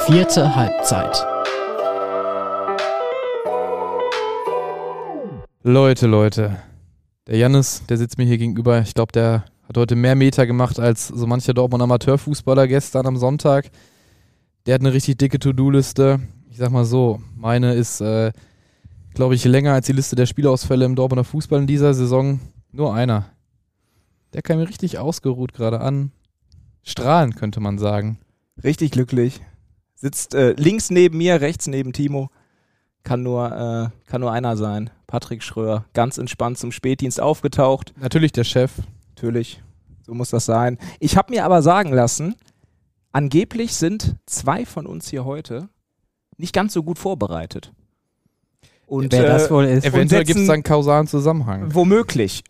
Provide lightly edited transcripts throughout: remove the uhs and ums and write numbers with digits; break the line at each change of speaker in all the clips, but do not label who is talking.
Vierte Halbzeit.
Leute. Der Jannis, der sitzt mir hier gegenüber. Ich glaube, der hat heute mehr Meter gemacht als so mancher Dortmund Amateurfußballer gestern am Sonntag. Der hat eine richtig dicke To-Do-Liste. Ich sag mal so, meine ist, glaube ich, länger als die Liste der Spielausfälle im Dortmunder Fußball in dieser Saison. Nur einer. Der kam mir richtig ausgeruht gerade an. Strahlend, könnte man sagen.
Richtig glücklich. Sitzt links neben mir, rechts neben Timo. Kann nur einer sein. Patrick Schröer, ganz entspannt zum Spätdienst aufgetaucht.
Natürlich der Chef.
Natürlich, so muss das sein. Ich habe mir aber sagen lassen, angeblich sind 2 von uns hier heute nicht ganz so gut vorbereitet. Und,
wer das wohl ist.
Eventuell gibt es da einen kausalen Zusammenhang.
Womöglich.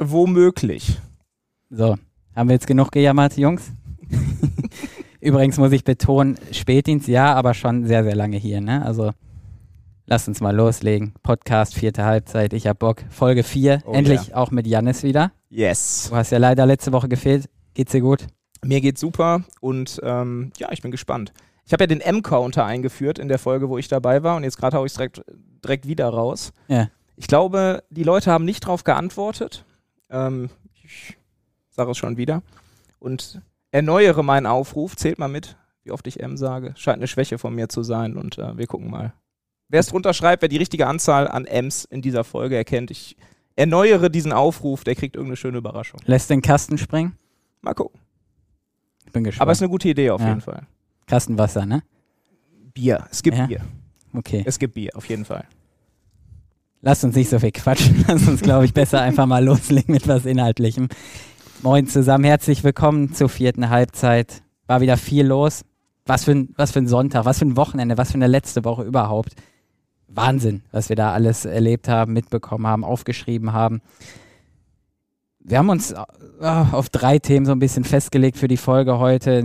So, haben wir jetzt genug gejammert, Jungs? Übrigens muss ich betonen, Spätdienst ja, aber schon sehr, sehr lange hier, ne? Also lasst uns mal loslegen. Podcast, 4. Halbzeit, ich hab Bock. Folge 4, endlich auch mit Jannis wieder.
Yes.
Du hast ja leider letzte Woche gefehlt. Geht's dir gut?
Mir geht's super und ich bin gespannt. Ich habe ja den M-Counter eingeführt in der Folge, wo ich dabei war und jetzt gerade hau ich es direkt wieder raus.
Ja.
Ich glaube, die Leute haben nicht drauf geantwortet. Ich sage es schon wieder. Und erneuere meinen Aufruf. Zählt mal mit, wie oft ich M sage. Scheint eine Schwäche von mir zu sein und wir gucken mal. Wer es drunter schreibt, wer die richtige Anzahl an M's in dieser Folge erkennt, ich erneuere diesen Aufruf, der kriegt irgendeine schöne Überraschung.
Lässt den Kasten springen?
Mal gucken.
Ich bin gespannt.
Aber es ist eine gute Idee auf jeden Fall.
Kastenwasser, ne?
Bier. Es gibt Bier.
Okay.
Es gibt Bier, auf jeden Fall.
Lasst uns nicht so viel quatschen. Lasst uns, glaube ich, besser einfach mal loslegen mit was Inhaltlichem. Moin zusammen, herzlich willkommen zur 4. Halbzeit. War wieder viel los. Was für ein Sonntag, was für ein Wochenende, was für eine letzte Woche überhaupt. Wahnsinn, was wir da alles erlebt haben, mitbekommen haben, aufgeschrieben haben. Wir haben uns auf 3 Themen so ein bisschen festgelegt für die Folge heute,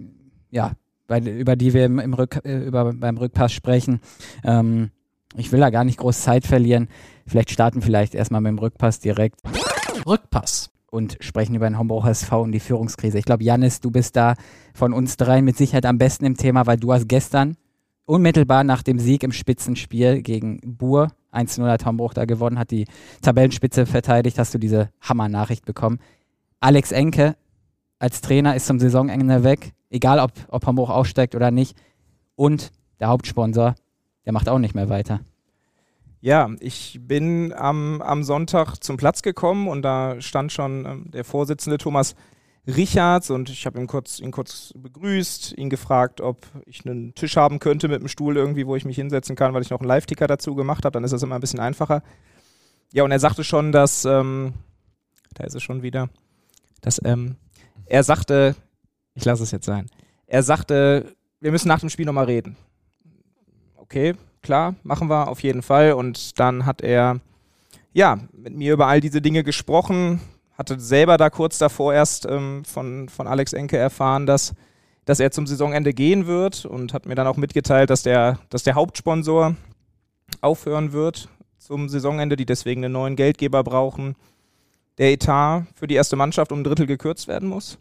über die wir beim Rückpass sprechen. Ich will da gar nicht groß Zeit verlieren. Vielleicht starten erstmal mit dem Rückpass direkt. Rückpass.
Und sprechen über den Homburger SV und die Führungskrise. Ich glaube, Jannis, du bist da von uns dreien mit Sicherheit am besten im Thema, weil du hast gestern unmittelbar nach dem Sieg im Spitzenspiel gegen Buhr 1-0 hat Homburg da gewonnen, hat die Tabellenspitze verteidigt, hast du diese Hammer-Nachricht bekommen. Alex Enke als Trainer ist zum Saisonende weg, egal ob Homburg aufsteigt oder nicht. Und der Hauptsponsor, der macht auch nicht mehr weiter.
Ja, ich bin am Sonntag zum Platz gekommen und da stand schon der Vorsitzende Thomas Richards und ich habe ihn kurz begrüßt, ihn gefragt, ob ich einen Tisch haben könnte mit einem Stuhl irgendwie, wo ich mich hinsetzen kann, weil ich noch einen Live-Ticker dazu gemacht habe, dann ist das immer ein bisschen einfacher. Ja, und er sagte schon, dass, da ist es schon wieder, dass er sagte, ich lasse es jetzt sein, er sagte, wir müssen nach dem Spiel nochmal reden. Okay, klar, machen wir auf jeden Fall. Und dann hat er mit mir über all diese Dinge gesprochen, hatte selber da kurz davor erst von Alex Enke erfahren, dass er zum Saisonende gehen wird und hat mir dann auch mitgeteilt, dass der Hauptsponsor aufhören wird zum Saisonende, die deswegen einen neuen Geldgeber brauchen. Der Etat für die erste Mannschaft um 1/3 gekürzt werden muss.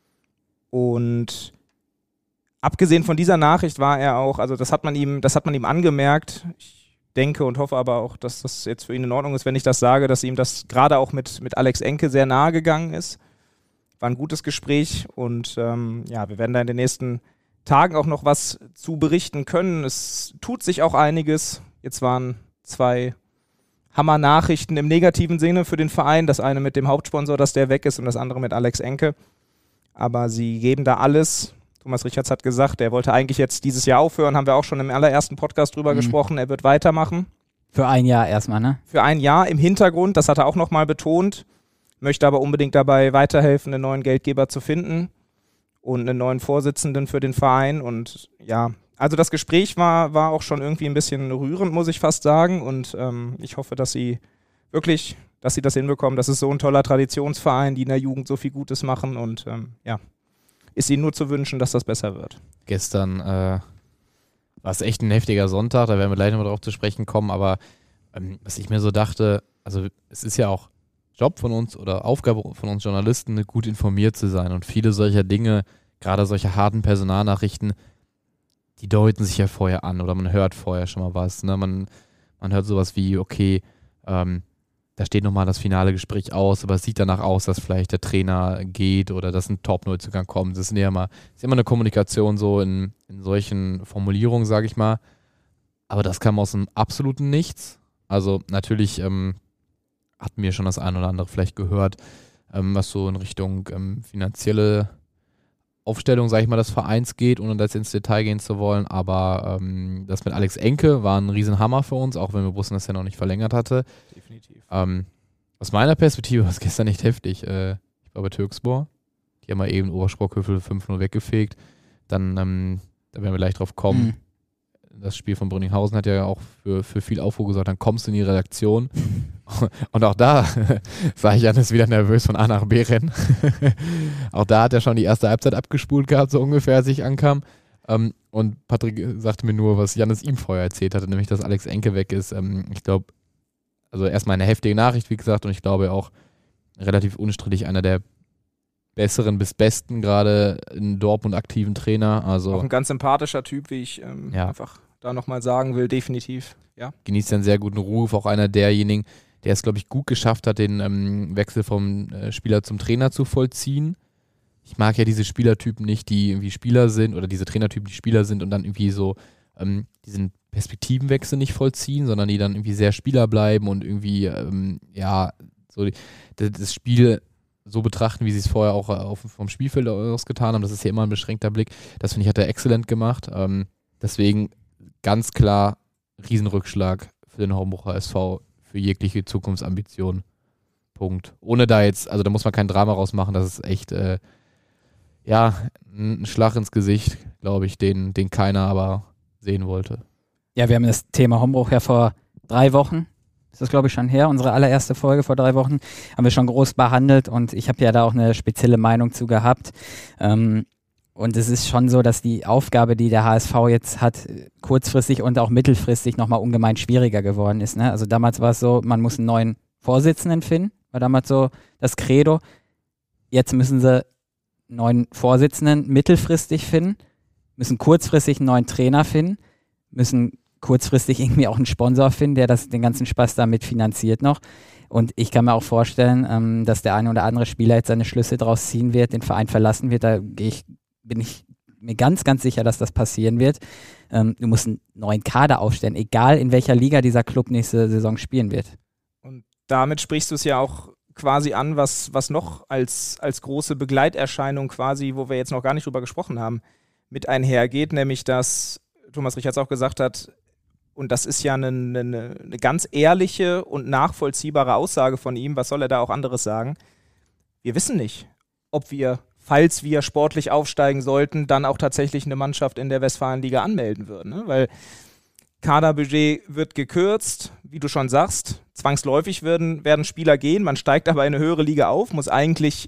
Und abgesehen von dieser Nachricht war er auch, also das hat man ihm angemerkt. Ich denke und hoffe aber auch, dass das jetzt für ihn in Ordnung ist, wenn ich das sage, dass ihm das gerade auch mit Alex Enke sehr nahe gegangen ist. War ein gutes Gespräch und wir werden da in den nächsten Tagen auch noch was zu berichten können. Es tut sich auch einiges. Jetzt waren 2 Hammer-Nachrichten im negativen Sinne für den Verein. Das eine mit dem Hauptsponsor, dass der weg ist und das andere mit Alex Enke. Aber sie geben da alles. Thomas Richards hat gesagt, er wollte eigentlich jetzt dieses Jahr aufhören, haben wir auch schon im allerersten Podcast drüber gesprochen, er wird weitermachen.
Für ein Jahr erstmal, ne?
Für ein Jahr im Hintergrund, das hat er auch nochmal betont, möchte aber unbedingt dabei weiterhelfen, einen neuen Geldgeber zu finden und einen neuen Vorsitzenden für den Verein und ja, also das Gespräch war auch schon irgendwie ein bisschen rührend, muss ich fast sagen und ich hoffe, dass sie das hinbekommen, das ist so ein toller Traditionsverein, die in der Jugend so viel Gutes machen und ist ihnen nur zu wünschen, dass das besser wird.
Gestern war es echt ein heftiger Sonntag, da werden wir gleich nochmal drauf zu sprechen kommen, aber was ich mir so dachte, also es ist ja auch Job von uns oder Aufgabe von uns Journalisten, gut informiert zu sein und viele solcher Dinge, gerade solche harten Personalnachrichten,
die deuten sich ja vorher an oder man hört vorher schon mal was. Ne? Man hört sowas wie, okay, da steht nochmal das finale Gespräch aus, aber es sieht danach aus, dass vielleicht der Trainer geht oder dass ein Top-Neuzugang kommt. Das ist ja immer eine Kommunikation so in solchen Formulierungen, sage ich mal. Aber das kam aus dem absoluten Nichts. Also natürlich hatten wir schon das ein oder andere vielleicht gehört, was so in Richtung finanzielle Aufstellung, sage ich mal, des Vereins geht, ohne jetzt ins Detail gehen zu wollen. Aber das mit Alex Enke war ein Riesenhammer für uns, auch wenn wir wussten, dass er noch nicht verlängert hatte.
Definitiv.
Aus meiner Perspektive war es gestern nicht heftig. Ich war bei Türkspor. Die haben mal eben Oberschrockhövel 5-0 weggefegt. Dann, da werden wir gleich drauf kommen. Das Spiel von Brünninghausen hat ja auch für viel Aufruhr gesorgt. Dann kommst du in die Redaktion und auch da sah ich Janis wieder nervös von A nach B rennen. Auch da hat er schon die erste Halbzeit abgespult gehabt, so ungefähr, als ich ankam. Und Patrick sagte mir nur, was Janis ihm vorher erzählt hatte, nämlich, dass Alex Enke weg ist. Ich glaube, also erstmal eine heftige Nachricht, wie gesagt, und ich glaube auch relativ unstrittig einer der besseren bis besten, gerade in Dortmund aktiven Trainer. Also
auch ein ganz sympathischer Typ, wie ich einfach da nochmal sagen will, definitiv. Ja.
Genießt ja einen sehr guten Ruf, auch einer derjenigen, der es, glaube ich, gut geschafft hat, den Wechsel vom Spieler zum Trainer zu vollziehen. Ich mag ja diese Spielertypen nicht, die irgendwie Spieler sind, oder diese Trainertypen, die Spieler sind und dann irgendwie so diesen Perspektivenwechsel nicht vollziehen, sondern die dann irgendwie sehr Spieler bleiben und irgendwie so das Spiel so betrachten, wie sie es vorher auch vom Spielfeld aus getan haben. Das ist ja immer ein beschränkter Blick. Das, finde ich, hat er exzellent gemacht. Deswegen ganz klar Riesenrückschlag für den Hornbucher SV, für jegliche Zukunftsambitionen. Punkt. Ohne da jetzt, also da muss man kein Drama rausmachen, das ist echt ein Schlag ins Gesicht, glaube ich, den keiner aber sehen wollte.
Ja, wir haben das Thema Hombruch ja vor 3 Wochen, ist das glaube ich schon her, unsere allererste Folge vor 3 Wochen, haben wir schon groß behandelt und ich habe ja da auch eine spezielle Meinung zu gehabt. Und es ist schon so, dass die Aufgabe, die der HSV jetzt hat, kurzfristig und auch mittelfristig nochmal ungemein schwieriger geworden ist. Ne? Also damals war es so, man muss einen neuen Vorsitzenden finden, war damals so das Credo. Jetzt müssen sie einen neuen Vorsitzenden mittelfristig finden, müssen kurzfristig einen neuen Trainer finden, müssen kurzfristig irgendwie auch einen Sponsor finden, der den ganzen Spaß damit finanziert noch. Und ich kann mir auch vorstellen, dass der eine oder andere Spieler jetzt seine Schlüsse draus ziehen wird, den Verein verlassen wird. Da bin ich mir ganz, ganz sicher, dass das passieren wird. Du musst einen neuen Kader aufstellen, egal in welcher Liga dieser Club nächste Saison spielen wird.
Und damit sprichst du es ja auch quasi an, was noch als große Begleiterscheinung quasi, wo wir jetzt noch gar nicht drüber gesprochen haben, mit einhergeht, nämlich dass Thomas Richards auch gesagt hat, und das ist ja eine ganz ehrliche und nachvollziehbare Aussage von ihm, was soll er da auch anderes sagen? Wir wissen nicht, ob wir, falls wir sportlich aufsteigen sollten, dann auch tatsächlich eine Mannschaft in der Westfalenliga anmelden würden. Ne? Weil Kaderbudget wird gekürzt, wie du schon sagst, zwangsläufig werden Spieler gehen, man steigt aber in eine höhere Liga auf, muss eigentlich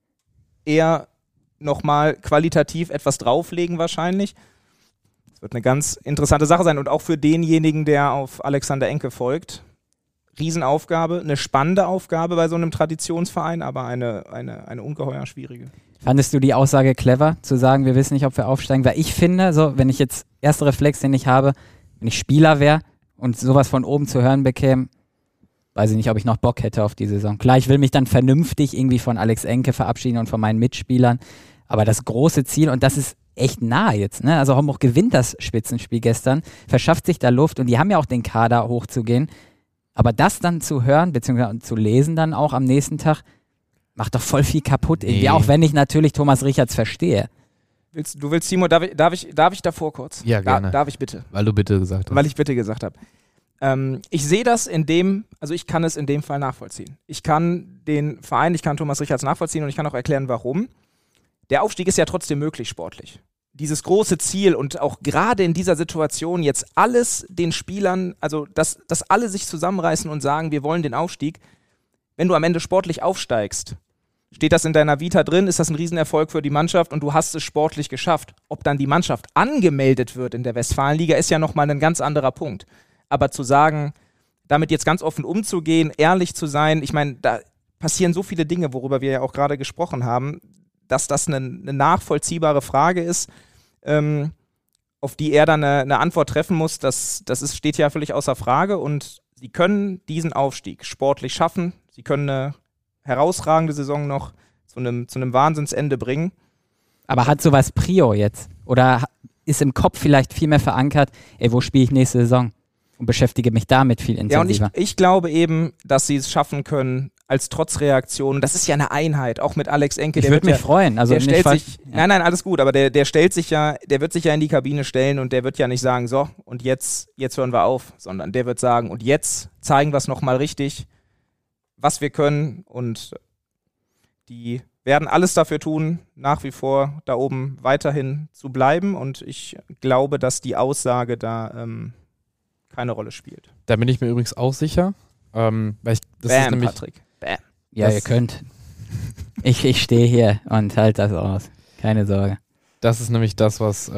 eher nochmal qualitativ etwas drauflegen wahrscheinlich. Das wird eine ganz interessante Sache sein und auch für denjenigen, der auf Alexander Enke folgt. Riesenaufgabe, eine spannende Aufgabe bei so einem Traditionsverein, aber eine ungeheuer schwierige.
Fandest du die Aussage clever, zu sagen, wir wissen nicht, ob wir aufsteigen? Weil ich finde, so, wenn ich jetzt, erster Reflex, den ich habe, wenn ich Spieler wäre und sowas von oben zu hören bekäme, weiß ich nicht, ob ich noch Bock hätte auf die Saison. Klar, ich will mich dann vernünftig irgendwie von Alex Enke verabschieden und von meinen Mitspielern, aber das große Ziel, und das ist echt nah jetzt, ne? Also Homburg gewinnt das Spitzenspiel gestern, verschafft sich da Luft und die haben ja auch den Kader hochzugehen. Aber das dann zu hören, beziehungsweise zu lesen dann auch am nächsten Tag, macht doch voll viel kaputt. Nee. Auch wenn ich natürlich Thomas Richards verstehe.
Du willst, Timo, darf ich davor kurz?
Ja, gerne.
Darf ich bitte?
Weil du bitte gesagt hast.
Weil ich bitte gesagt habe. Ich sehe das ich kann es in dem Fall nachvollziehen. Ich kann den Verein, ich kann Thomas Richards nachvollziehen und ich kann auch erklären, warum. Der Aufstieg ist ja trotzdem möglich sportlich. Dieses große Ziel und auch gerade in dieser Situation jetzt alles den Spielern, also dass alle sich zusammenreißen und sagen, wir wollen den Aufstieg. Wenn du am Ende sportlich aufsteigst, steht das in deiner Vita drin, ist das ein Riesenerfolg für die Mannschaft und du hast es sportlich geschafft. Ob dann die Mannschaft angemeldet wird in der Westfalenliga, ist ja nochmal ein ganz anderer Punkt. Aber zu sagen, damit jetzt ganz offen umzugehen, ehrlich zu sein, ich meine, da passieren so viele Dinge, worüber wir ja auch gerade gesprochen haben, dass das eine nachvollziehbare Frage ist, auf die er dann eine Antwort treffen muss, steht ja völlig außer Frage. Und sie können diesen Aufstieg sportlich schaffen. Sie können eine herausragende Saison noch zu einem Wahnsinnsende bringen.
Aber hat sowas Prio jetzt? Oder ist im Kopf vielleicht viel mehr verankert, wo spiele ich nächste Saison? Und beschäftige mich damit viel intensiver.
Ja, und ich glaube eben, dass sie es schaffen können, als Trotzreaktion. Das ist ja eine Einheit, auch mit Alex Enke.
Ich würde mich freuen. Also
der stellt sich, nein, alles gut, aber der wird sich ja in die Kabine stellen und der wird ja nicht sagen, so, und jetzt hören wir auf, sondern der wird sagen, und jetzt zeigen wir es nochmal richtig, was wir können, und die werden alles dafür tun, nach wie vor da oben weiterhin zu bleiben, und ich glaube, dass die Aussage da keine Rolle spielt.
Da bin ich mir übrigens auch sicher. Weil das ist nämlich,
Patrick. Bam.
Ja, ihr könnt. Ich stehe hier und halte das aus. Keine Sorge.
Das ist nämlich das, was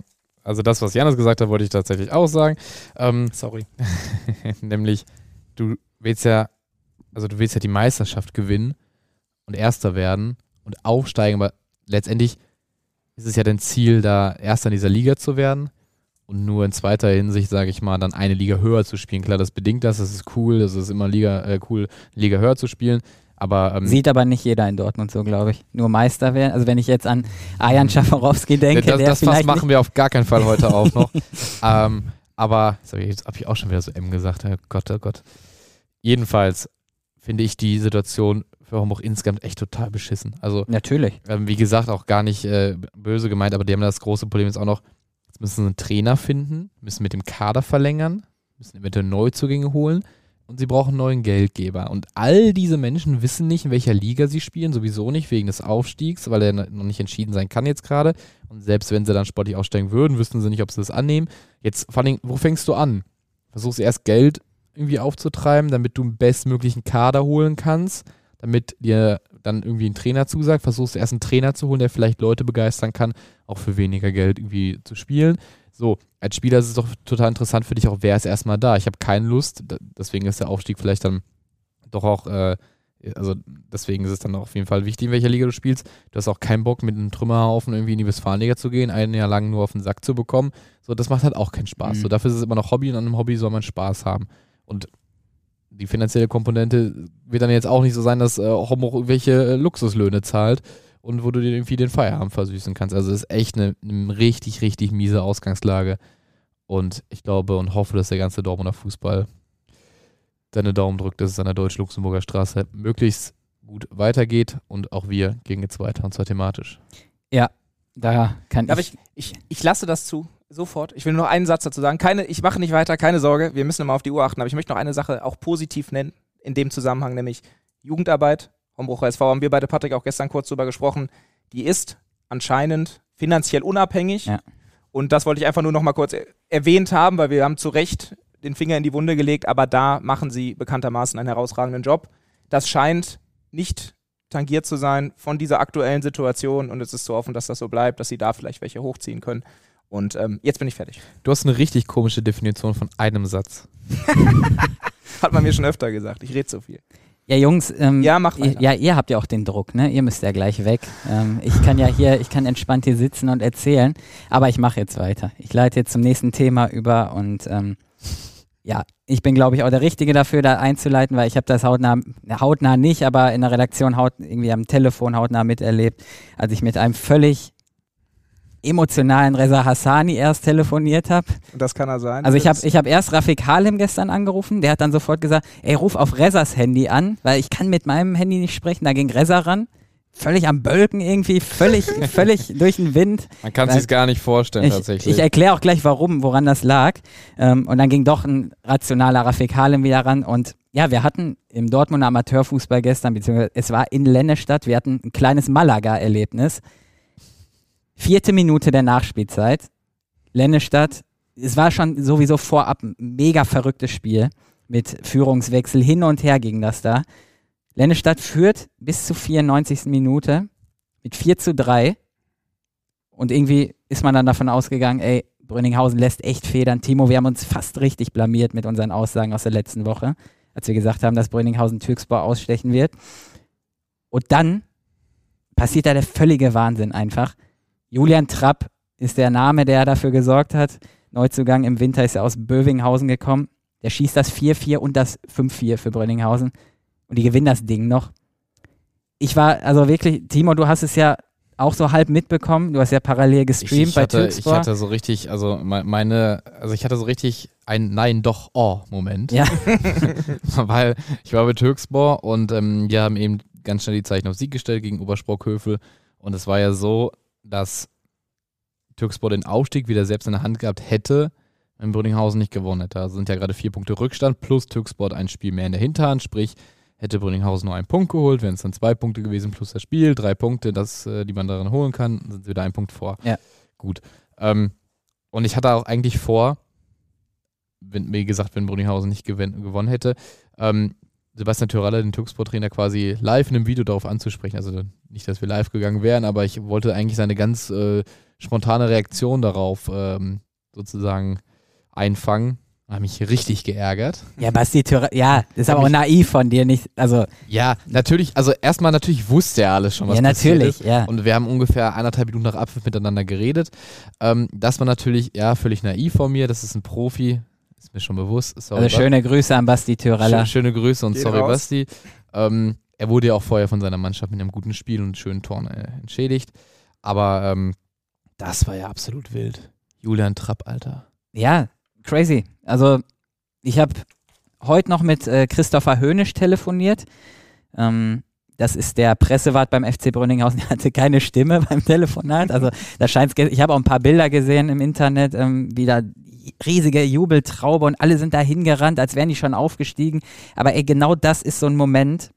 was Janis gesagt hat, wollte ich tatsächlich auch sagen.
Sorry.
Nämlich, du willst ja die Meisterschaft gewinnen und Erster werden und aufsteigen, aber letztendlich ist es ja dein Ziel, da Erster in dieser Liga zu werden und nur in zweiter Hinsicht, sage ich mal, dann eine Liga höher zu spielen. Klar, das bedingt das ist cool, das ist immer cool, Liga höher zu spielen, aber
sieht aber nicht jeder in Dortmund so, glaube ich. Nur Meister werden. Also wenn ich jetzt an Arjan Schaforowski denke,
das machen wir auf gar keinen Fall heute auch noch. Aber, jetzt habe ich auch schon wieder so M gesagt, oh Gott. Jedenfalls finde ich die Situation für Homburg insgesamt echt total beschissen. Also
natürlich.
Wie gesagt, auch gar nicht böse gemeint, aber die haben das große Problem jetzt auch noch, jetzt müssen sie einen Trainer finden, müssen mit dem Kader verlängern, müssen eventuell Neuzugänge holen und sie brauchen einen neuen Geldgeber. Und all diese Menschen wissen nicht, in welcher Liga sie spielen, sowieso nicht wegen des Aufstiegs, weil er noch nicht entschieden sein kann jetzt gerade. Und selbst wenn sie dann sportlich aufsteigen würden, wüssten sie nicht, ob sie das annehmen. Jetzt vor allem, wo fängst du an? Versuchst du erst Geld irgendwie aufzutreiben, damit du einen bestmöglichen Kader holen kannst, damit dir dann irgendwie ein Trainer zusagt, versuchst du erst einen Trainer zu holen, der vielleicht Leute begeistern kann, auch für weniger Geld irgendwie zu spielen. So, als Spieler ist es doch total interessant für dich auch, wer ist erstmal da. Ich habe keine Lust, deswegen ist der Aufstieg vielleicht dann doch auch, deswegen ist es dann auf jeden Fall wichtig, in welcher Liga du spielst. Du hast auch keinen Bock, mit einem Trümmerhaufen irgendwie in die Westfalenliga zu gehen, ein Jahr lang nur auf den Sack zu bekommen. So, das macht halt auch keinen Spaß. So, dafür ist es immer noch Hobby und an einem Hobby soll man Spaß haben. Und die finanzielle Komponente wird dann jetzt auch nicht so sein, dass Homburg irgendwelche Luxuslöhne zahlt und wo du dir irgendwie den Feierabend versüßen kannst. Also es ist echt eine richtig, richtig miese Ausgangslage. Und ich glaube und hoffe, dass der ganze Dortmunder Fußball seine Daumen drückt, dass es an der Deutsch-Luxemburger Straße möglichst gut weitergeht und auch wir gehen jetzt weiter und zwar thematisch.
Ja, da kann
ich lasse das zu. Sofort. Ich will nur noch einen Satz dazu sagen. Ich mache nicht weiter, keine Sorge. Wir müssen immer auf die Uhr achten. Aber ich möchte noch eine Sache auch positiv nennen in dem Zusammenhang, nämlich Jugendarbeit. Hombrucher SV haben wir beide, Patrick, auch gestern kurz drüber gesprochen. Die ist anscheinend finanziell unabhängig. Ja. Und das wollte ich einfach nur noch mal kurz erwähnt haben, weil wir haben zu Recht den Finger in die Wunde gelegt. Aber da machen sie bekanntermaßen einen herausragenden Job. Das scheint nicht tangiert zu sein von dieser aktuellen Situation. Und es ist zu hoffen, dass das so bleibt, dass sie da vielleicht welche hochziehen können. Und jetzt bin ich fertig.
Du hast eine richtig komische Definition von einem Satz.
Hat man mir schon öfter gesagt. Ich rede so viel.
Ja, Jungs,
mach weiter.
Ihr habt ja auch den Druck, ne? Ihr müsst ja gleich weg. Ich kann entspannt hier sitzen und erzählen, aber ich mache jetzt weiter. Ich leite jetzt zum nächsten Thema über und ich bin, glaube ich, auch der Richtige dafür, da einzuleiten, weil ich habe das hautnah nicht, aber in der Redaktion irgendwie am Telefon hautnah miterlebt, als ich mit einem völlig emotionalen Reza Hassani erst telefoniert habe.
Und das kann er sein?
Also ich hab erst Rafik Halim gestern angerufen, der hat dann sofort gesagt, ey, ruf auf Rezas Handy an, weil ich kann mit meinem Handy nicht sprechen, da ging Reza ran, völlig am Bölken irgendwie, völlig durch den Wind.
Man kann es sich gar nicht vorstellen tatsächlich.
Ich erkläre auch gleich, woran das lag. Und dann ging doch ein rationaler Rafik Halim wieder ran und ja, wir hatten im Dortmunder Amateurfußball gestern, beziehungsweise es war in Lennestadt, wir hatten ein kleines Malaga-Erlebnis. 4. Minute der Nachspielzeit. Lennestadt, es war schon sowieso vorab ein mega verrücktes Spiel mit Führungswechsel, hin und her ging das da. Lennestadt führt bis zur 94. Minute mit 4:3 und irgendwie ist man dann davon ausgegangen, ey, Brünninghausen lässt echt federn. Timo, wir haben uns fast richtig blamiert mit unseren Aussagen aus der letzten Woche, als wir gesagt haben, dass Brünninghausen Türkspor ausstechen wird. Und dann passiert da der völlige Wahnsinn einfach. Julian Trapp ist der Name, der dafür gesorgt hat. Neuzugang im Winter ist er aus Bövinghausen gekommen. Der schießt das 4-4 und das 5-4 für Brönninghausen. Und die gewinnen das Ding noch. Ich war, also wirklich, Timo, du hast es ja auch so halb mitbekommen. Du hast ja parallel gestreamt bei Türkspor.
Ich hatte so richtig, ich hatte so richtig ein Nein-Doch-Oh-Moment.
Ja.
Weil ich war bei Türkspor und wir haben eben ganz schnell die Zeichen auf Sieg gestellt gegen Obersprockhövel. Und es war ja so, dass Türkspor den Aufstieg wieder selbst in der Hand gehabt hätte, wenn Brönninghausen nicht gewonnen hätte. Also sind ja gerade 4 Punkte Rückstand plus Türkspor ein Spiel mehr in der Hinterhand, sprich hätte Brönninghausen nur einen Punkt geholt, wären es dann 2 Punkte gewesen plus das Spiel, 3 Punkte, die man darin holen kann, sind sie wieder 1 Punkt vor.
Ja.
Gut. Und ich hatte auch eigentlich vor, wie gesagt, wenn Brönninghausen nicht gewonnen hätte, Sebastian Tyraller, den Türkspor-Trainer, quasi live in einem Video darauf anzusprechen. Also nicht, dass wir live gegangen wären, aber ich wollte eigentlich seine ganz spontane Reaktion darauf sozusagen einfangen. Habe mich richtig geärgert.
Ja, Basti Tyraller, ja, das ist aber auch naiv von dir, nicht, also.
Ja, natürlich, also erstmal natürlich wusste er alles schon, was passiert ist.
Ja.
Und wir haben ungefähr 1,5 Minuten nach Abpfiff miteinander geredet. Das war natürlich, ja, völlig naiv von mir, das ist ein Profi, ist mir schon bewusst. Sorry,
also schöne Grüße an Basti Tyraller.
Schöne Grüße und
Geht
sorry,
raus.
Basti. Er wurde ja auch vorher von seiner Mannschaft mit einem guten Spiel und schönen Toren entschädigt. Aber das war ja absolut wild. Julian Trapp, Alter.
Ja, crazy. Also ich habe heute noch mit Christopher Hönisch telefoniert. Das ist der Pressewart beim FC Brönninghausen. Der hatte keine Stimme beim Telefonat. Also da scheint's. Ich habe auch ein paar Bilder gesehen im Internet, wie da riesige Jubeltraube und alle sind da hingerannt, als wären die schon aufgestiegen. Aber ey, genau das ist so ein Moment,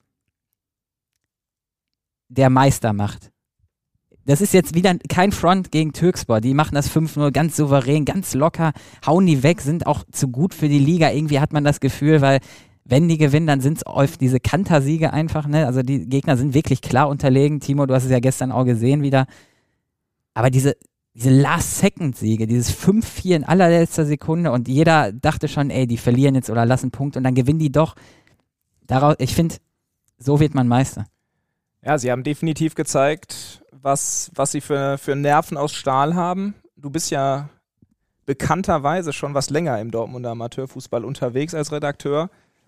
der Meister macht. Das ist jetzt wieder kein Front gegen Türkspor. Die machen das 5-0 ganz souverän, ganz locker, hauen die weg, sind auch zu gut für die Liga. Irgendwie hat man das Gefühl, weil wenn die gewinnen, dann sind es oft diese Kantersiege einfach. Ne? Also die Gegner sind wirklich klar unterlegen. Timo, du hast es ja gestern auch gesehen wieder. Aber diese Last-Second-Siege, dieses 5-4 in allerletzter Sekunde und jeder dachte schon, ey, die verlieren jetzt oder lassen Punkt und dann gewinnen die doch. Daraus, ich finde, so wird man Meister.
Ja, sie haben definitiv gezeigt, was sie für Nerven aus Stahl haben. Du bist ja bekannterweise schon was länger im Dortmunder Amateurfußball unterwegs als Redakteur.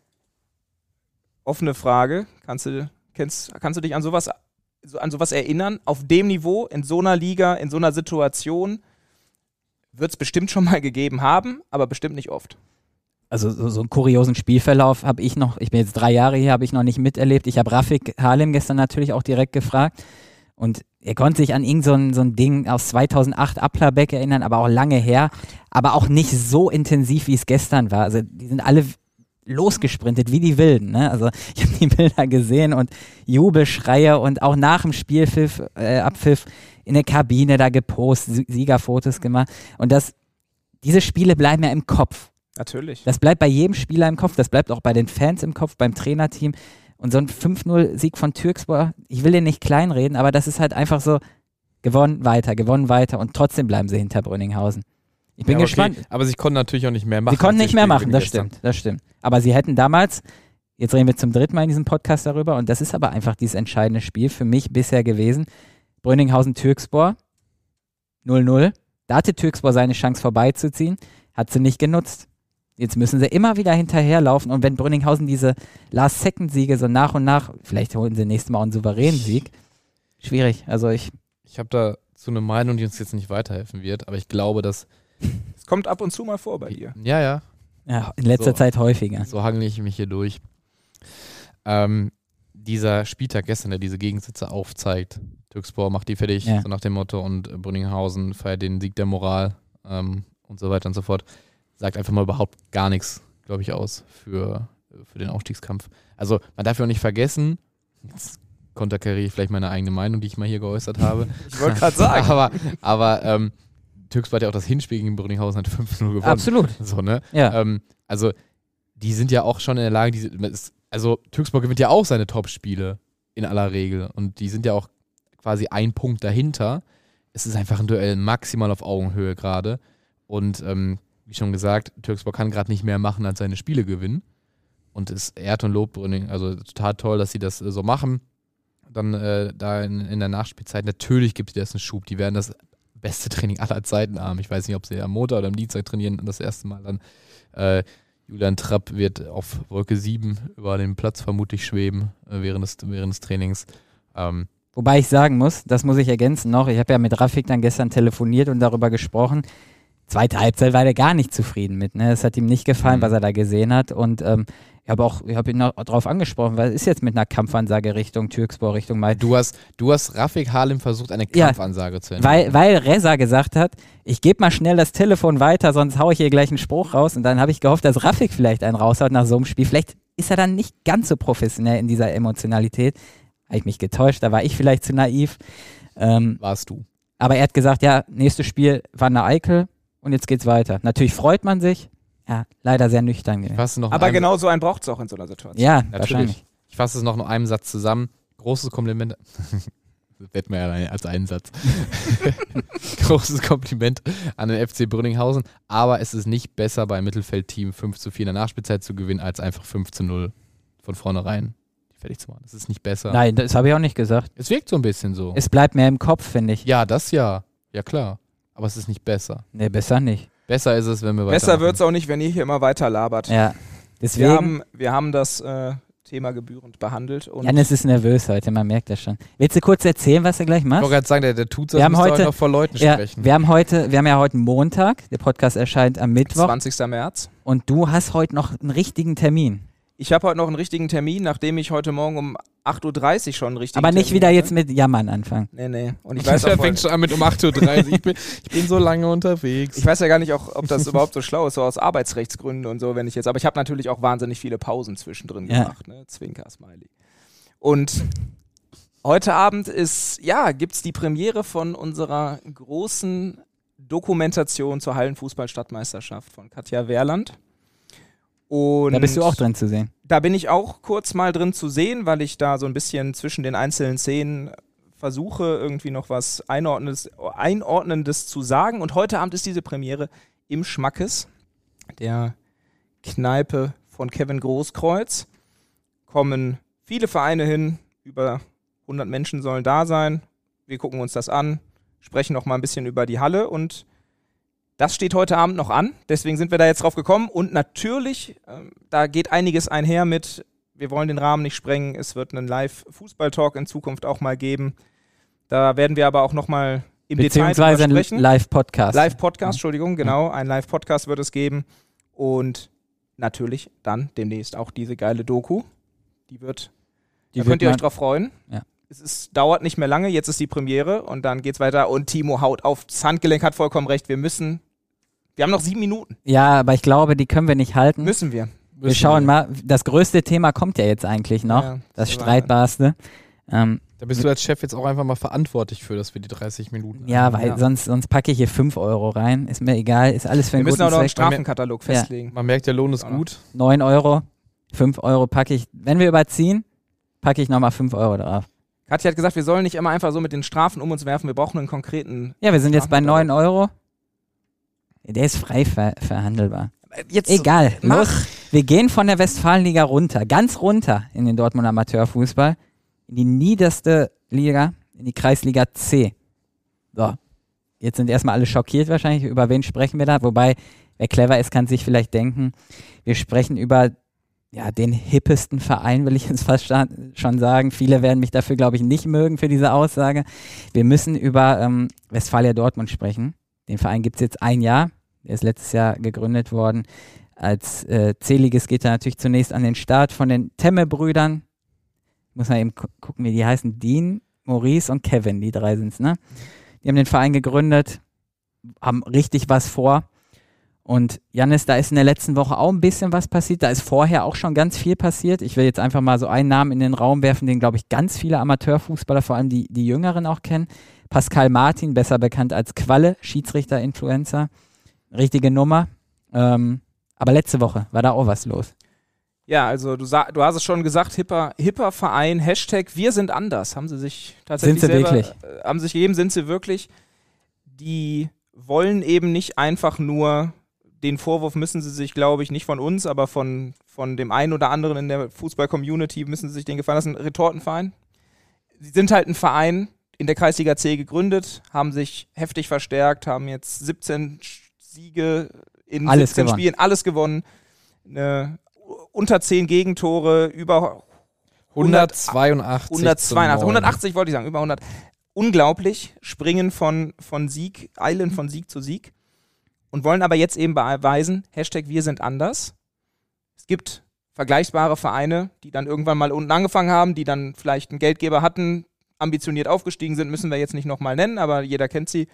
Offene Frage, kannst du dich an sowas erinnern? Auf dem Niveau, in so einer Liga, in so einer Situation wird es bestimmt schon mal gegeben haben, aber bestimmt nicht oft.
Also so einen kuriosen Spielverlauf habe ich noch, ich bin jetzt 3 Jahre hier, habe ich noch nicht miterlebt. Ich habe Rafik Halim gestern natürlich auch direkt gefragt und er konnte sich an irgend so ein Ding aus 2008 Applerbeck erinnern, aber auch lange her, aber auch nicht so intensiv, wie es gestern war. Also die sind alle losgesprintet wie die Wilden. Ne? Also ich habe die Bilder gesehen und Jubelschreie und auch nach dem Abpfiff in der Kabine da gepostet, Siegerfotos gemacht und diese Spiele bleiben ja im Kopf.
Natürlich.
Das bleibt bei jedem Spieler im Kopf, das bleibt auch bei den Fans im Kopf, beim Trainerteam. Und so ein 5-0-Sieg von Türkspor, ich will den nicht kleinreden, aber das ist halt einfach so, gewonnen weiter und trotzdem bleiben sie hinter Brönninghausen. Ich bin gespannt.
Okay. Aber sie konnten natürlich auch nicht mehr machen.
Sie konnten nicht mehr machen, das stimmt. Aber sie hätten damals, jetzt reden wir zum 3. Mal in diesem Podcast darüber, und das ist aber einfach dieses entscheidende Spiel für mich bisher gewesen. Brönninghausen-Türkspor 0-0. Da hatte Türkspor seine Chance vorbeizuziehen, hat sie nicht genutzt. Jetzt müssen sie immer wieder hinterherlaufen und wenn Brönninghausen diese Last-Second-Siege so nach und nach, vielleicht holen sie nächstes Mal auch einen souveränen Sieg. Schwierig. Also ich
habe dazu eine Meinung, die uns jetzt nicht weiterhelfen wird, aber ich glaube, dass
es kommt ab und zu mal vor bei dir.
Ja,
in letzter Zeit häufiger.
So hangle ich mich hier durch. Dieser Spieltag gestern, der diese Gegensätze aufzeigt, Türkspor macht die fertig, so nach dem Motto, und Brönninghausen feiert den Sieg der Moral und so weiter und so fort, sagt einfach mal überhaupt gar nichts, glaube ich, aus für den Aufstiegskampf. Also man darf ja auch nicht vergessen, jetzt konterkariere ich vielleicht meine eigene Meinung, die ich mal hier geäußert habe.
Ich wollte gerade sagen.
aber Türkspor hat ja auch das Hinspiel gegen Brönninghausen, hat 5-0 gewonnen.
Absolut.
So, ne?
Ja.
Also die sind ja auch schon in der Lage, Türkspor gewinnt ja auch seine Top-Spiele in aller Regel und die sind ja auch quasi 1 Punkt dahinter. Es ist einfach ein Duell maximal auf Augenhöhe gerade und wie schon gesagt, Türkspor kann gerade nicht mehr machen, als seine Spiele gewinnen. Und es ehrt und lobt Brönning, also total toll, dass sie das so machen. Dann da in der Nachspielzeit, natürlich gibt es einen Schub. Die werden das beste Training aller Zeiten haben. Ich weiß nicht, ob sie am Montag oder am Dienstag trainieren und das erste Mal dann. Julian Trapp wird auf Wolke 7 über den Platz vermutlich schweben während des Trainings.
Wobei ich sagen muss, das muss ich ergänzen noch, ich habe ja mit Rafik dann gestern telefoniert und darüber gesprochen. Zweite Halbzeit war er gar nicht zufrieden mit. Ne? Es hat ihm nicht gefallen, was er da gesehen hat. Und ich habe ihn auch darauf angesprochen, weil es ist jetzt mit einer Kampfansage Richtung Türkspor, Richtung Mai.
Du hast Rafik Halim versucht, eine Kampfansage zu
entwickeln. Weil Reza gesagt hat, ich gebe mal schnell das Telefon weiter, sonst haue ich hier gleich einen Spruch raus. Und dann habe ich gehofft, dass Rafik vielleicht einen raushaut nach so einem Spiel. Vielleicht ist er dann nicht ganz so professionell in dieser Emotionalität. Habe ich mich getäuscht, da war ich vielleicht zu naiv.
Warst du.
Aber er hat gesagt, ja, nächstes Spiel war eine Eikel und jetzt geht's weiter. Natürlich freut man sich. Ja, leider sehr nüchtern.
Aber genau so einen braucht es auch in so einer Situation.
Ja, wahrscheinlich.
Ich fasse es noch in einem Satz zusammen. Großes Kompliment. Das wird mir ja als einen Satz. Großes Kompliment an den FC Brünninghausen. Aber es ist nicht besser, beim Mittelfeldteam 5:4 in der Nachspielzeit zu gewinnen, als einfach 5:0 von vornherein fertig zu machen. Das ist nicht besser.
Nein, das habe ich auch nicht gesagt.
Es wirkt so ein bisschen so.
Es bleibt mehr im Kopf, finde ich.
Ja, das ja. Ja, klar. Aber es ist nicht besser.
Nee, besser nicht.
Besser ist es, wenn wir weiter.
Besser wird es auch nicht, wenn ihr hier immer weiter labert.
Ja, deswegen.
Wir haben das Thema gebührend behandelt. Und
Janis ist nervös heute, man merkt das schon. Willst du kurz erzählen, was du gleich machst?
Ich wollte gerade sagen, der tut so,
als müsste
er noch vor Leuten sprechen.
Wir haben ja heute Montag, der Podcast erscheint am Mittwoch.
20. März.
Und du hast heute noch einen richtigen Termin.
Ich habe heute noch einen richtigen Termin, nachdem ich heute Morgen um 8:30 Uhr schon einen richtigen
Aber nicht
Termin
wieder
hatte.
Jetzt mit Jammern anfangen.
Nee. Und ich weiß auch,
der fängt schon an mit um 8:30 Uhr. Ich bin so lange unterwegs.
Ich weiß ja gar nicht, ob das überhaupt so schlau ist, so aus Arbeitsrechtsgründen und so, aber ich habe natürlich auch wahnsinnig viele Pausen zwischendrin gemacht, ne? Zwinker, Smiley. Und heute Abend gibt's die Premiere von unserer großen Dokumentation zur Hallenfußball-Stadtmeisterschaft von Katja Wehrland. Und
da bist du auch drin zu sehen.
Da bin ich auch kurz mal drin zu sehen, weil ich da so ein bisschen zwischen den einzelnen Szenen versuche, irgendwie noch was Einordnendes zu sagen. Und heute Abend ist diese Premiere im Schmackes, der Kneipe von Kevin Großkreuz. Kommen viele Vereine hin, über 100 Menschen sollen da sein. Wir gucken uns das an, sprechen noch mal ein bisschen über die Halle und das steht heute Abend noch an, deswegen sind wir da jetzt drauf gekommen und natürlich, da geht einiges einher mit, wir wollen den Rahmen nicht sprengen, es wird einen Live-Fußball-Talk in Zukunft auch mal geben, da werden wir aber auch noch mal im Detail drüber sprechen.
Ein Live-Podcast.
Live-Podcast, Entschuldigung, genau, ein Live-Podcast wird es geben und natürlich dann demnächst auch diese geile Doku, da könnt ihr euch drauf freuen.
Ja.
Dauert nicht mehr lange, jetzt ist die Premiere und dann geht's weiter und Timo haut aufs Handgelenk, hat vollkommen recht, wir haben noch 7 Minuten.
Ja, aber ich glaube, die können wir nicht halten.
Müssen wir.
Wir schauen mal, das größte Thema kommt ja jetzt eigentlich noch,
ja,
das streitbarste.
Da bist du als Chef jetzt auch einfach mal verantwortlich für, dass wir die 30 Minuten
Ja, weil sonst packe ich hier 5 Euro rein, ist mir egal, ist alles für einen guten Zweck.
Wir müssen auch noch einen Strafenkatalog festlegen.
Man merkt, der Lohn ist gut.
9 Euro, 5 Euro packe ich, wenn wir überziehen, packe ich nochmal 5 Euro drauf.
Katja hat gesagt, wir sollen nicht immer einfach so mit den Strafen um uns werfen, wir brauchen einen konkreten...
Ja, wir sind jetzt bei 9 Euro. Der ist frei verhandelbar.
Jetzt
egal, los. Wir gehen von der Westfalenliga runter, ganz runter in den Dortmunder Amateurfußball, in die niederste Liga, in die Kreisliga C. So, jetzt sind erstmal alle schockiert wahrscheinlich, über wen sprechen wir da, wobei, wer clever ist, kann sich vielleicht denken, wir sprechen über den hippesten Verein, will ich jetzt fast schon sagen. Viele werden mich dafür, glaube ich, nicht mögen für diese Aussage. Wir müssen über Westfalia Dortmund sprechen. Den Verein gibt es jetzt 1 Jahr. Der ist letztes Jahr gegründet worden. Als C-Ligist geht er natürlich zunächst an den Start von den Temme-Brüdern. Muss man eben gucken, wie die heißen. Dean, Maurice und Kevin, die 3 sind es, ne? Die haben den Verein gegründet, haben richtig was vor. Und Janis, da ist in der letzten Woche auch ein bisschen was passiert. Da ist vorher auch schon ganz viel passiert. Ich will jetzt einfach mal so einen Namen in den Raum werfen, den, glaube ich, ganz viele Amateurfußballer, vor allem die Jüngeren auch kennen. Pascal Martin, besser bekannt als Qualle, Schiedsrichter-Influencer. Richtige Nummer. Aber letzte Woche war da auch was los.
Ja, also du hast es schon gesagt, hipper Verein, Hashtag wir sind anders, haben sie sich tatsächlich haben sich gegeben, sind sie wirklich. Die wollen eben nicht einfach nur, den Vorwurf müssen sie sich, glaube ich, nicht von uns, aber von dem einen oder anderen in der Fußball-Community müssen sie sich den gefallen lassen, Retortenverein. Sie sind halt ein Verein, in der Kreisliga C gegründet, haben sich heftig verstärkt, haben jetzt 17 Siege in 17 Spielen, alles gewonnen. Unter 10 Gegentore, über 180 wollte ich sagen, über 100. Unglaublich, springen von Sieg, eilen von Sieg zu Sieg und wollen aber jetzt eben beweisen, #wir sind anders. Es gibt vergleichbare Vereine, die dann irgendwann mal unten angefangen haben, die dann vielleicht einen Geldgeber hatten, ambitioniert aufgestiegen sind, müssen wir jetzt nicht nochmal nennen, aber jeder kennt sie.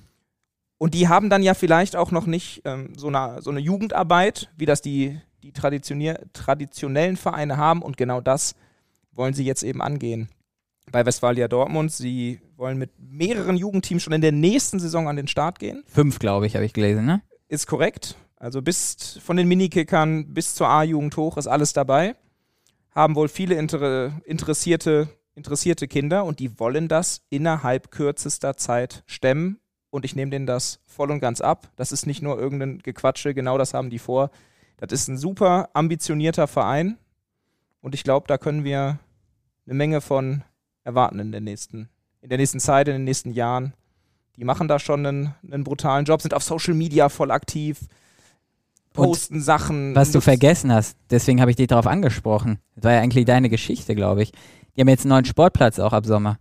Und die haben dann ja vielleicht auch noch nicht so eine Jugendarbeit, wie das die traditionellen Vereine haben, und genau das wollen sie jetzt eben angehen. Bei Westfalia Dortmund, sie wollen mit mehreren Jugendteams schon in der nächsten Saison an den Start gehen.
5, glaube ich, habe ich gelesen, ne?
Ist korrekt. Also bis von den Minikickern bis zur A-Jugend hoch ist alles dabei. Haben wohl viele interessierte Kinder und die wollen das innerhalb kürzester Zeit stemmen. Und ich nehme denen das voll und ganz ab. Das ist nicht nur irgendein Gequatsche, genau das haben die vor. Das ist ein super ambitionierter Verein und ich glaube, da können wir eine Menge von erwarten in der nächsten Zeit, in den nächsten Jahren. Die machen da schon einen brutalen Job, sind auf Social Media voll aktiv, posten und Sachen.
Was du vergessen hast, deswegen habe ich dich darauf angesprochen. Das war ja eigentlich deine Geschichte, glaube ich. Die haben jetzt einen neuen Sportplatz auch ab Sommer.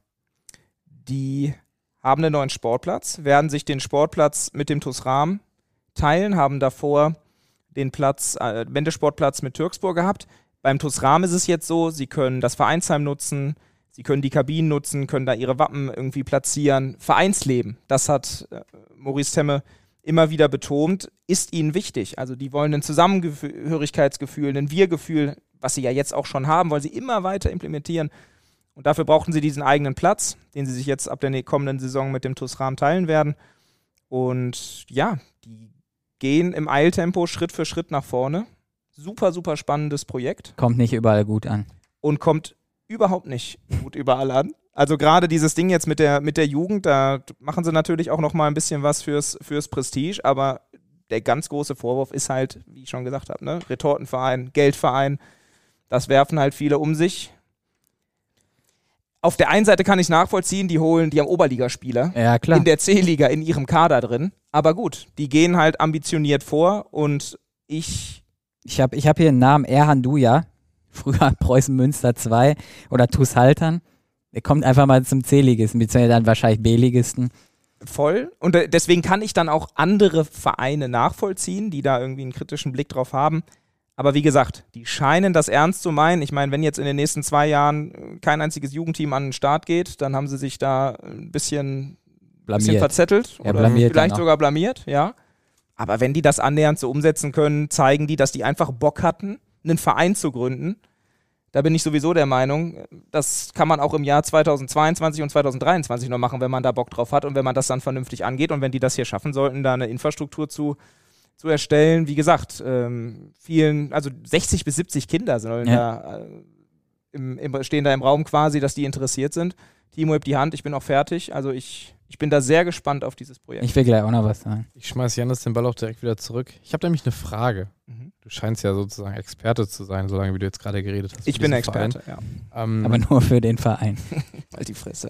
Die haben einen neuen Sportplatz, werden sich den Sportplatz mit dem TuS Rahm teilen, haben davor den Wendesportplatz mit Türkspor gehabt. Beim TuS Rahm ist es jetzt so, sie können das Vereinsheim nutzen, sie können die Kabinen nutzen, können da ihre Wappen irgendwie platzieren. Vereinsleben, das hat Maurice Temme immer wieder betont, ist ihnen wichtig. Also die wollen ein Zusammengehörigkeitsgefühl, ein Wir-Gefühl, was sie ja jetzt auch schon haben, wollen sie immer weiter implementieren. Und dafür brauchten sie diesen eigenen Platz, den sie sich jetzt ab der kommenden Saison mit dem TuS Rahm teilen werden. Und ja, die gehen im Eiltempo Schritt für Schritt nach vorne. Super, super spannendes Projekt.
Kommt nicht überall gut an.
Und kommt überhaupt nicht gut überall an. Also gerade dieses Ding jetzt mit der Jugend, da machen sie natürlich auch noch mal ein bisschen was fürs Prestige, aber der ganz große Vorwurf ist halt, wie ich schon gesagt habe, ne? Retortenverein, Geldverein, das werfen halt viele um sich. Auf der einen Seite kann ich nachvollziehen, die haben Oberligaspieler in der C-Liga in ihrem Kader drin. Aber gut, die gehen halt ambitioniert vor und ich
hab hier einen Namen, Erhan Duja, früher Preußen Münster 2 oder TuS Haltern. Der kommt einfach mal zum C-Ligisten, beziehungsweise dann wahrscheinlich B-Ligisten.
Voll. Und deswegen kann ich dann auch andere Vereine nachvollziehen, die da irgendwie einen kritischen Blick drauf haben. Aber wie gesagt, die scheinen das ernst zu meinen. Ich meine, wenn jetzt in den nächsten 2 Jahren kein einziges Jugendteam an den Start geht, dann haben sie sich da ein bisschen verzettelt oder vielleicht sogar blamiert, ja. Aber wenn die das annähernd so umsetzen können, zeigen die, dass die einfach Bock hatten, einen Verein zu gründen. Da bin ich sowieso der Meinung, das kann man auch im Jahr 2022 und 2023 noch machen, wenn man da Bock drauf hat und wenn man das dann vernünftig angeht. Und wenn die das hier schaffen sollten, da eine Infrastruktur zu erstellen, wie gesagt, 60 bis 70 Kinder sollen stehen da im Raum quasi, dass die interessiert sind. Timo, hebt die Hand, ich bin auch fertig. Also ich bin da sehr gespannt auf dieses Projekt.
Ich will gleich auch noch was sagen.
Ich schmeiß Jannis den Ball auch direkt wieder zurück. Ich habe nämlich eine Frage. Du scheinst ja sozusagen Experte zu sein, solange wie du jetzt gerade geredet hast.
Ich bin Experte, ja.
Aber nur für den Verein.
Halt die Fresse.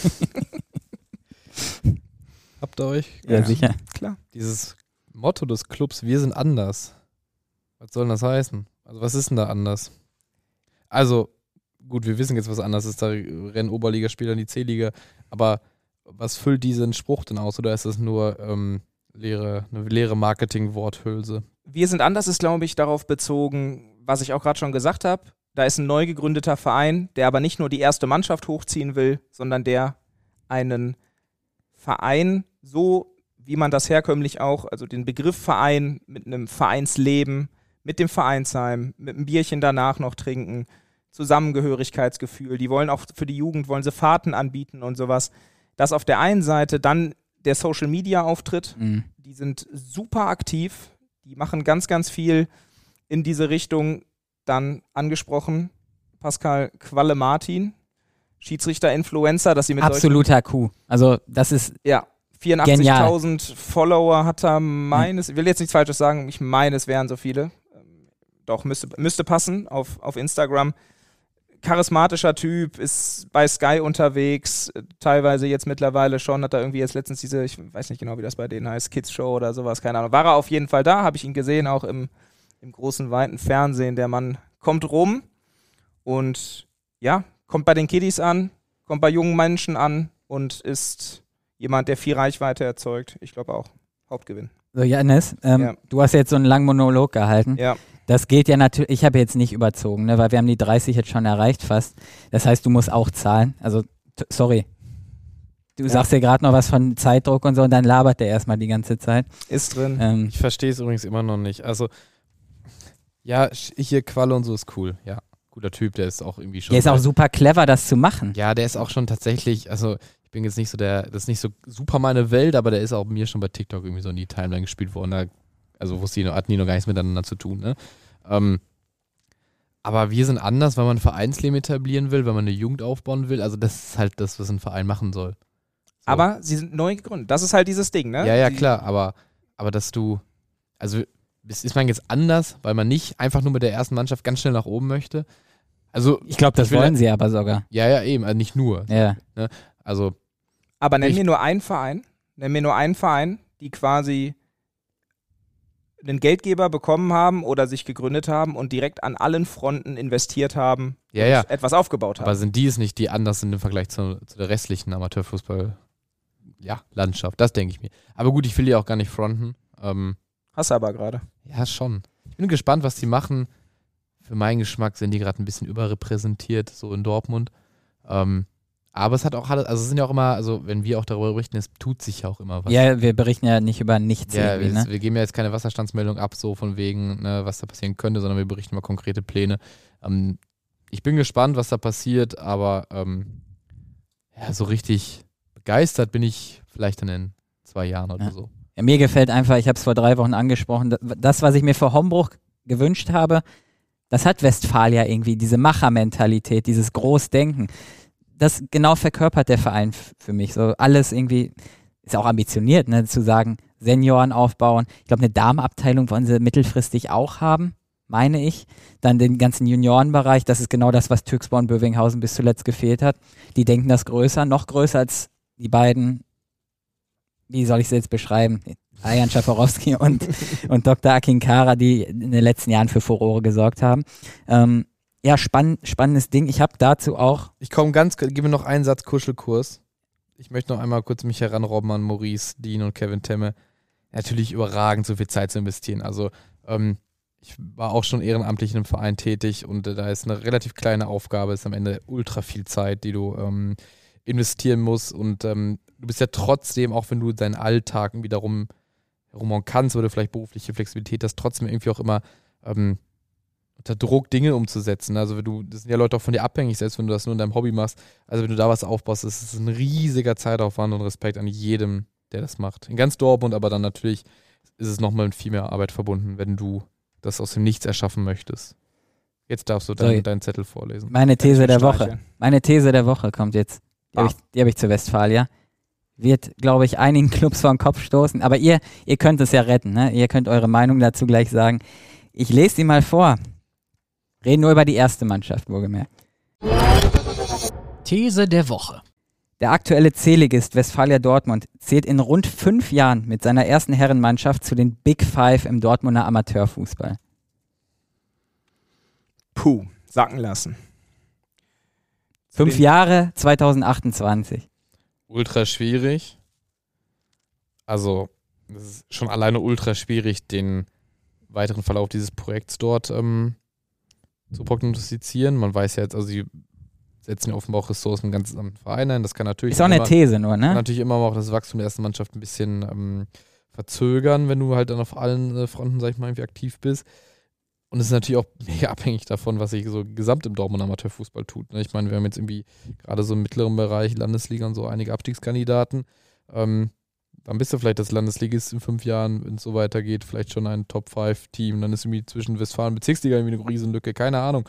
Habt ihr euch?
Ja, sicher.
Klar.
Dieses Motto des Clubs, wir sind anders. Was soll denn das heißen? Also was ist denn da anders? Also, gut, wir wissen jetzt, was anders ist. Da rennen Oberligaspieler in die C-Liga. Aber was füllt diesen Spruch denn aus? Oder ist das nur eine leere Marketing-Worthülse?
Wir sind anders ist, glaube ich, darauf bezogen, was ich auch gerade schon gesagt habe. Da ist ein neu gegründeter Verein, der aber nicht nur die erste Mannschaft hochziehen will, sondern der einen Verein so, wie man das herkömmlich auch, also den Begriff Verein mit einem Vereinsleben, mit dem Vereinsheim, mit einem Bierchen danach noch trinken, Zusammengehörigkeitsgefühl. Die wollen auch für die Jugend, wollen sie Fahrten anbieten und sowas. Das auf der einen Seite, dann der Social-Media-Auftritt. Die sind super aktiv, die machen ganz, ganz viel in diese Richtung. Dann angesprochen, Pascal Qualle-Martin, Schiedsrichter-Influencer, dass sie mit
absoluter Coup. Also das ist
84.000 Follower hat er ich will jetzt nichts Falsches sagen, ich meine, es wären so viele. Doch, müsste passen auf Instagram. charismatischer Typ, ist bei Sky unterwegs, teilweise jetzt mittlerweile schon, hat er irgendwie jetzt letztens diese, ich weiß nicht genau, wie das bei denen heißt, Kids Show oder sowas, keine Ahnung. War er auf jeden Fall da, habe ich ihn gesehen, auch im großen, weiten Fernsehen. Der Mann kommt rum und ja, kommt bei den Kiddies an, kommt bei jungen Menschen an und ist jemand, der viel Reichweite erzeugt. Ich glaube auch Hauptgewinn.
So, Jannis, du hast jetzt so einen langen Monolog gehalten.
Ja.
Das geht ja natürlich, ich habe jetzt nicht überzogen, ne, weil wir haben die 30 jetzt schon erreicht fast. Das heißt, du musst auch zahlen. Also, sorry. Du sagst ja gerade noch was von Zeitdruck und so und dann labert der erstmal die ganze Zeit.
Ist drin.
Ich verstehe es übrigens immer noch nicht. Also, ja, hier Qualle und so ist cool. Ja, guter Typ, der ist auch irgendwie schon.
Der ist auch super clever, das zu machen.
Ja, der ist auch schon tatsächlich, also ich bin jetzt nicht so das ist nicht so super meine Welt, aber der ist auch mir schon bei TikTok irgendwie so in die Timeline gespielt worden. Also hatten die noch gar nichts miteinander zu tun, ne? Aber wir sind anders, weil man ein Vereinsleben etablieren will, weil man eine Jugend aufbauen will. Also das ist halt das, was ein Verein machen soll. So.
Aber sie sind neu gegründet. Das ist halt dieses Ding, ne?
Ja, klar, aber dass du, also ist man jetzt anders, weil man nicht einfach nur mit der ersten Mannschaft ganz schnell nach oben möchte? Also
ich glaube, das wollen sie aber sogar.
Ja, eben, also nicht nur.
Ja.
Ne? Also
aber nenn mir nur einen Verein, die quasi einen Geldgeber bekommen haben oder sich gegründet haben und direkt an allen Fronten investiert haben und etwas aufgebaut haben.
Aber sind die es nicht, die anders sind im Vergleich zu der restlichen Amateurfußball-Landschaft? Das denke ich mir. Aber gut, ich will die auch gar nicht fronten.
Hast du aber gerade.
Ja, schon. Ich bin gespannt, was die machen. Für meinen Geschmack sind die gerade ein bisschen überrepräsentiert, so in Dortmund. Aber es hat auch alles, also es sind ja auch immer, also wenn wir auch darüber berichten, es tut sich ja auch immer was.
Ja, wir berichten ja nicht über nichts.
Ja,
ne?
Wir geben ja jetzt keine Wasserstandsmeldung ab, so von wegen, ne, was da passieren könnte, sondern wir berichten mal konkrete Pläne. Ich bin gespannt, was da passiert, aber so richtig begeistert bin ich vielleicht dann in 2 Jahren oder so.
Ja, mir gefällt einfach, ich habe es vor 3 Wochen angesprochen, das, was ich mir für Hombruch gewünscht habe, das hat Westfalia irgendwie, diese Machermentalität, dieses Großdenken. Das genau verkörpert der Verein für mich. So alles irgendwie, ist auch ambitioniert, ne, zu sagen, Senioren aufbauen. Ich glaube, eine Damenabteilung wollen sie mittelfristig auch haben, meine ich. Dann den ganzen Juniorenbereich, das ist genau das, was Türkspor und Bövinghausen bis zuletzt gefehlt hat. Die denken das größer, noch größer als die beiden, wie soll ich es jetzt beschreiben, Ayan Schaforowski und Dr. Akinkara, die in den letzten Jahren für Furore gesorgt haben. Ja, spannendes Ding. Ich habe dazu auch...
Ich gebe mir noch einen Satz Kuschelkurs. Ich möchte noch einmal kurz mich heranrobben an Maurice, Dean und Kevin Temme. Natürlich überragend, so viel Zeit zu investieren. Also ich war auch schon ehrenamtlich in einem Verein tätig und da ist eine relativ kleine Aufgabe, ist am Ende ultra viel Zeit, die du investieren musst und du bist ja trotzdem, auch wenn du deinen Alltag irgendwie darum herum kannst oder vielleicht berufliche Flexibilität hast, trotzdem irgendwie auch immer unter Druck Dinge umzusetzen. Also das sind ja Leute auch von dir abhängig, selbst wenn du das nur in deinem Hobby machst. Also wenn du da was aufbaust, ist es ein riesiger Zeitaufwand und Respekt an jedem, der das macht. In ganz Dortmund, aber dann natürlich ist es nochmal mit viel mehr Arbeit verbunden, wenn du das aus dem Nichts erschaffen möchtest. Jetzt darfst du deinen Zettel vorlesen.
Meine These der Woche kommt jetzt. Die habe ich zu Westfalia. Wird, glaube ich, einigen Clubs vor den Kopf stoßen. Aber ihr könnt es ja retten. Ne? Ihr könnt eure Meinung dazu gleich sagen. Ich lese die mal vor. Reden nur über die erste Mannschaft, wohlgemerkt.
These der Woche.
Der aktuelle C-Ligist Westfalia Dortmund zählt in rund 5 Jahren mit seiner ersten Herrenmannschaft zu den Big Five im Dortmunder Amateurfußball.
Puh, sacken lassen.
5 Jahre, 2028.
Ultra schwierig. Also, das ist schon alleine ultra schwierig, den weiteren Verlauf dieses Projekts dort zu prognostizieren. Man weiß ja jetzt, also sie setzen ja offenbar auch Ressourcen ganz am Verein ein. Das kann natürlich
ist auch eine These nur, ne?
Kann natürlich immer auch das Wachstum der ersten Mannschaft ein bisschen verzögern, wenn du halt dann auf allen Fronten, sag ich mal, irgendwie aktiv bist. Und es ist natürlich auch mega abhängig davon, was sich so gesamt im Dortmunder Amateurfußball tut. Ne? Ich meine, wir haben jetzt irgendwie gerade so im mittleren Bereich Landesliga und so einige Abstiegskandidaten. Dann bist du vielleicht das Landesligist in 5 Jahren, wenn es so weitergeht, vielleicht schon ein Top-5-Team. Dann ist irgendwie zwischen Westfalen und Bezirksliga irgendwie eine Riesenlücke, keine Ahnung.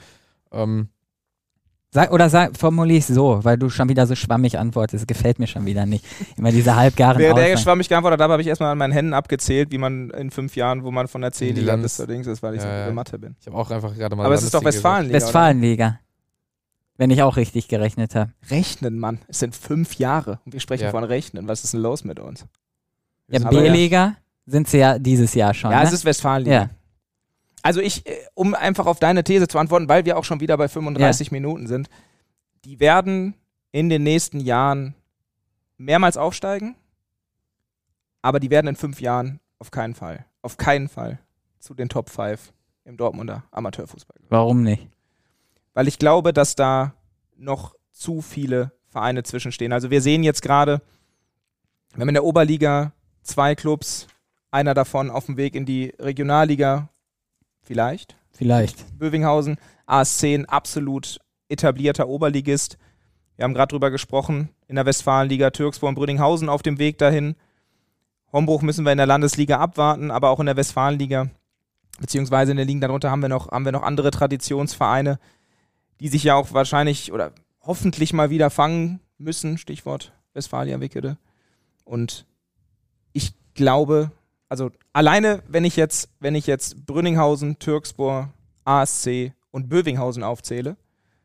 Formulier es so, weil du schon wieder so schwammig antwortest. Gefällt mir schon wieder nicht. Immer diese halbgaren
Wer schwammig geantwortet hat, habe ich erstmal an meinen Händen abgezählt, wie man in 5 Jahren, wo man von der C-Liga bis zur Dings ist, weil ich so gute Mathe bin.
Ich habe auch einfach gerade mal.
Aber es ist doch Westfalenliga.
Westfalenliga.
wenn ich auch richtig gerechnet habe.
Rechnen, Mann. Es sind 5 Jahre. Und wir sprechen von Rechnen. Was ist denn los mit uns?
Ja, B-Liga sind sie ja dieses Jahr schon.
Ja,
ne?
es ist Westfalenliga.
Ja.
Also um einfach auf deine These zu antworten, weil wir auch schon wieder bei 35 Minuten sind, die werden in den nächsten Jahren mehrmals aufsteigen, aber die werden in 5 Jahren auf keinen Fall zu den Top 5 im Dortmunder Amateurfußball.
Warum nicht?
Weil ich glaube, dass da noch zu viele Vereine zwischenstehen. Also wir sehen jetzt gerade, wir haben in der Oberliga 2 Clubs, einer davon auf dem Weg in die Regionalliga, vielleicht. Bövinghausen, ASC, ein absolut etablierter Oberligist. Wir haben gerade drüber gesprochen, in der Westfalenliga, Türkspor und Brünninghausen auf dem Weg dahin. Hombruch müssen wir in der Landesliga abwarten, aber auch in der Westfalenliga, beziehungsweise in den Ligen darunter haben wir noch andere Traditionsvereine, die sich ja auch wahrscheinlich oder hoffentlich mal wieder fangen müssen, Stichwort Westfalia Wickede. Und ich glaube, also alleine, wenn ich jetzt Brünninghausen, Türkspor, ASC und Bövinghausen aufzähle,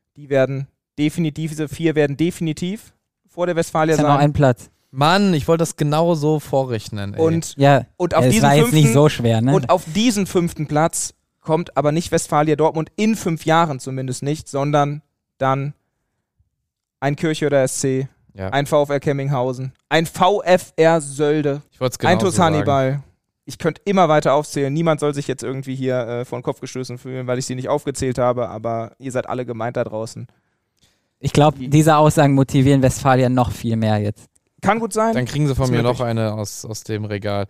diese 4 werden definitiv vor der Westfalia sein.
Ist ja noch ein Platz.
Mann, ich wollte das genau so vorrechnen. Ey.
Und auf
es
diesen
war jetzt
5.
nicht so schwer, ne?
Und auf diesen 5. Platz kommt aber nicht Westfalia Dortmund in 5 Jahren zumindest nicht, sondern dann ein Kirchhörder SC, ein VfR Kemminghausen, ein VfR Sölde, ein TuS Hannibal. Ich könnte immer weiter aufzählen. Niemand soll sich jetzt irgendwie hier vor den Kopf gestoßen fühlen, weil ich sie nicht aufgezählt habe, aber ihr seid alle gemeint da draußen.
Ich glaube, diese Aussagen motivieren Westfalia noch viel mehr jetzt.
Kann gut sein.
Dann kriegen sie von mir noch eine aus dem Regal.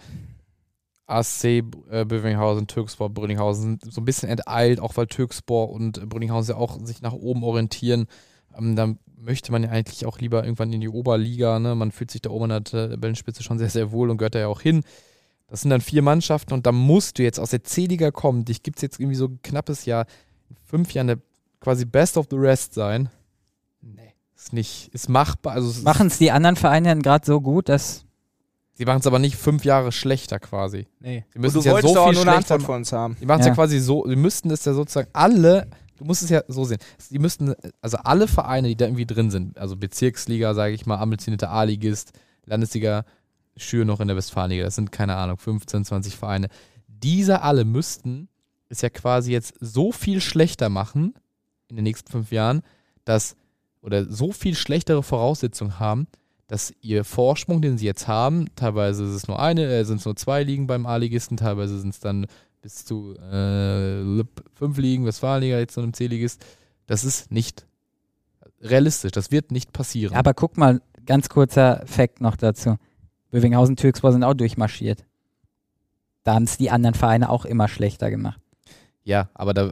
ASC, Bövinghausen, Türkspor, Brünninghausen sind so ein bisschen enteilt, auch weil Türkspor und Brünninghausen ja auch sich nach oben orientieren. Dann möchte man ja eigentlich auch lieber irgendwann in die Oberliga. Ne? Man fühlt sich da oben an der Tabellenspitze schon sehr, sehr wohl und gehört da ja auch hin. Das sind dann 4 Mannschaften und da musst du jetzt aus der C-Liga kommen. Dich gibt es jetzt irgendwie so ein knappes Jahr, in 5 Jahren der quasi Best of the Rest sein. Nee, ist machbar. Also
machen es die anderen Vereine denn gerade so gut, dass...
Sie machen es aber nicht 5 Jahre schlechter quasi.
Nee.
Sie müssen
du
es ja
wolltest
so
doch
viel
nur eine
schlechter
Antwort von uns haben.
Die machen es ja quasi so, sie müssten es ja sozusagen du musst es ja so sehen. Die müssten, also alle Vereine, die da irgendwie drin sind, also Bezirksliga, sage ich mal, ambitionierter A-Ligist, Landesliga, Schür noch in der Westfalenliga, das sind, keine Ahnung, 15, 20 Vereine. Diese alle müssten es ja quasi jetzt so viel schlechter machen in den nächsten 5 Jahren, oder so viel schlechtere Voraussetzungen haben, dass ihr Vorsprung, den sie jetzt haben, teilweise ist es sind es nur 2 Ligen beim A-Ligisten, teilweise sind es dann bis zu 5 Ligen, Westfalenliga, jetzt so einem C-Ligist. Das ist nicht realistisch, das wird nicht passieren.
Aber guck mal, ganz kurzer Fact noch dazu. Bövinghausen, Türkspor sind auch durchmarschiert. Da haben es die anderen Vereine auch immer schlechter gemacht.
Ja, aber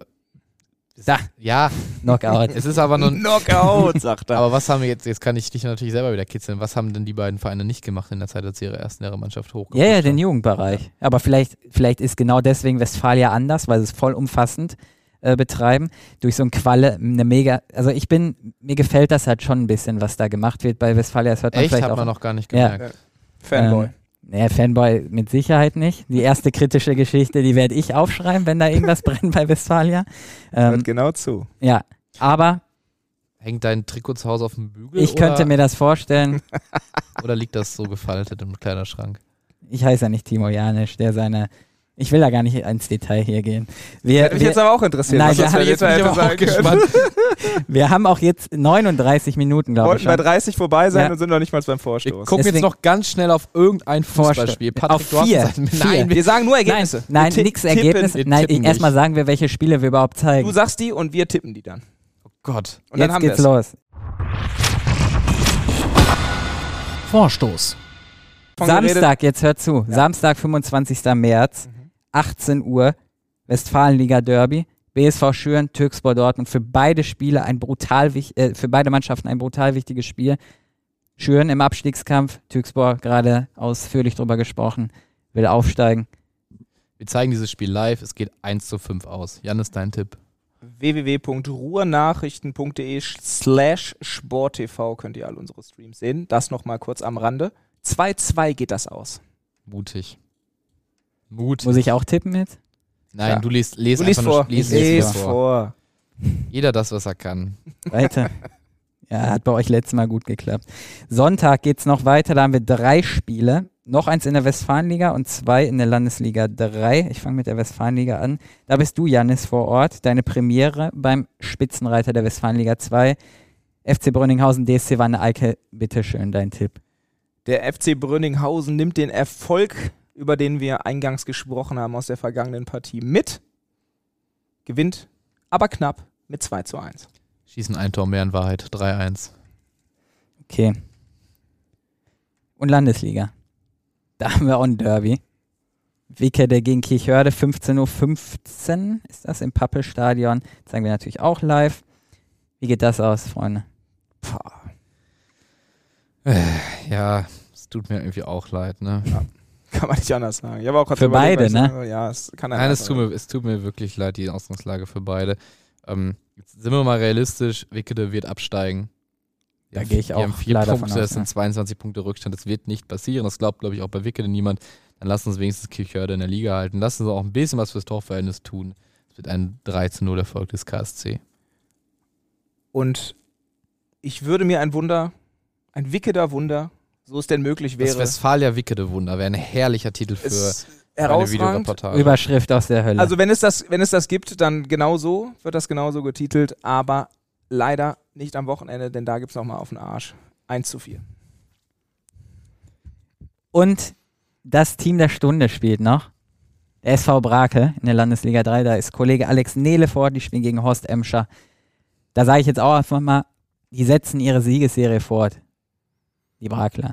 Knockout.
Es ist aber nur
Knockout, sagt er.
Aber was haben wir jetzt kann ich dich natürlich selber wieder kitzeln, was haben denn die beiden Vereine nicht gemacht in der Zeit, als sie ihre ersten Mannschaft hochgebracht haben?
Ja, den Jugendbereich. Aber vielleicht ist genau deswegen Westfalia anders, weil sie es vollumfassend betreiben. Durch so ein Qualle, eine mega, also mir gefällt das halt schon ein bisschen, was da gemacht wird bei Westfalia. Das hört man vielleicht
hat
auch.
Man noch gar nicht gemerkt.
Fanboy.
Fanboy mit Sicherheit nicht. Die erste kritische Geschichte, die werde ich aufschreiben, wenn da irgendwas brennt bei Westfalia.
Hört genau zu.
Ja, aber
hängt dein Trikot zu Hause auf dem Bügel?
Ich könnte mir das vorstellen.
Oder liegt das so gefaltet im Kleiderschrank?
Ich heiße ja nicht Timo Janisch, ich will da gar nicht ins Detail hier gehen.
Hätte mich jetzt aber auch interessiert.
Nein, wir haben auch jetzt 39 Minuten, glaube ich.
Wir wollten bei 30 vorbei sein und sind noch nicht mal beim Vorstoß.
Wir gucken jetzt noch ganz schnell auf irgendein Fußballspiel.
Patrick, auf 4.
Nein, wir sagen nur Ergebnisse.
Nein, nichts Ergebnisse. Nein, erstmal sagen wir, welche Spiele wir überhaupt zeigen.
Du sagst die und wir tippen die dann.
Oh Gott.
Und dann
jetzt geht's los.
Vorstoß.
Samstag, jetzt hört zu. Ja. Samstag, 25. März. 18 Uhr, Westfalenliga Derby, BSV Schüren, Türkspor Dortmund. Für beide Mannschaften ein brutal wichtiges Spiel. Schüren im Abstiegskampf, Türkspor gerade ausführlich drüber gesprochen, will aufsteigen.
Wir zeigen dieses Spiel live, es geht 1:5 aus. Jannis, dein Tipp?
www.ruhrnachrichten.de/sporttv könnt ihr all unsere Streams sehen. Das nochmal kurz am Rande. 2:2 geht das aus.
Mutig.
Muss ich auch tippen jetzt?
Nein,
ja.
du liest
einfach
vor.
Lies vor.
Jeder das, was er kann.
Weiter. Ja, hat bei euch letztes Mal gut geklappt. Sonntag geht's noch weiter, da haben wir 3 Spiele. Noch eins in der Westfalenliga und 2 in der Landesliga 3. Ich fange mit der Westfalenliga an. Da bist du, Jannis, vor Ort. Deine Premiere beim Spitzenreiter der Westfalenliga 2. FC Brünninghausen, DSC Wanne-Eickel. Bitteschön, dein Tipp.
Der FC Brünninghausen nimmt den Erfolg, über den wir eingangs gesprochen haben, aus der vergangenen Partie mit. Gewinnt, aber knapp mit 2:1.
Schießen ein Tor mehr in Wahrheit. 3-1.
Okay. Und Landesliga. Da haben wir auch ein Derby. Wickede gegen Kirchhörde, 15:15 Uhr ist das im Pappelstadion. Zeigen wir natürlich auch live. Wie geht das aus, Freunde?
Ja, es tut mir irgendwie auch leid, ne?
Ja. Kann man nicht anders sagen. Ich habe auch
für beide, ne?
Ja, es kann
Nein, es tut mir wirklich leid, die Ausgangslage für beide. Jetzt sind wir mal realistisch, Wickede wird absteigen.
Da gehe ich auch
die haben 4
leider
Punkte,
von aus,
das sind 22 Punkte Rückstand. Das wird nicht passieren. Das glaubt, glaube ich, auch bei Wickede niemand. Dann lassen uns wenigstens Kirchhörde in der Liga halten. Lassen uns auch ein bisschen was fürs Torverhältnis tun. Es wird ein 3:0 Erfolg des KSC.
Und ich würde mir ein Wickeder Wunder, so es denn möglich wäre.
Das Westfalia-Wickede-Wunder wäre ein herrlicher Titel für eine Videoreportage.
Überschrift aus der Hölle.
Also wenn es das gibt, dann wird das genauso getitelt, aber leider nicht am Wochenende, denn da gibt es nochmal auf den Arsch. 1:4.
Und das Team der Stunde spielt noch. Der SV Brakel in der Landesliga 3. Da ist Kollege Alex Nehle vor Ort. Die spielen gegen Horst Emscher. Da sage ich jetzt auch einfach mal, die setzen ihre Siegesserie fort. Die Brakler.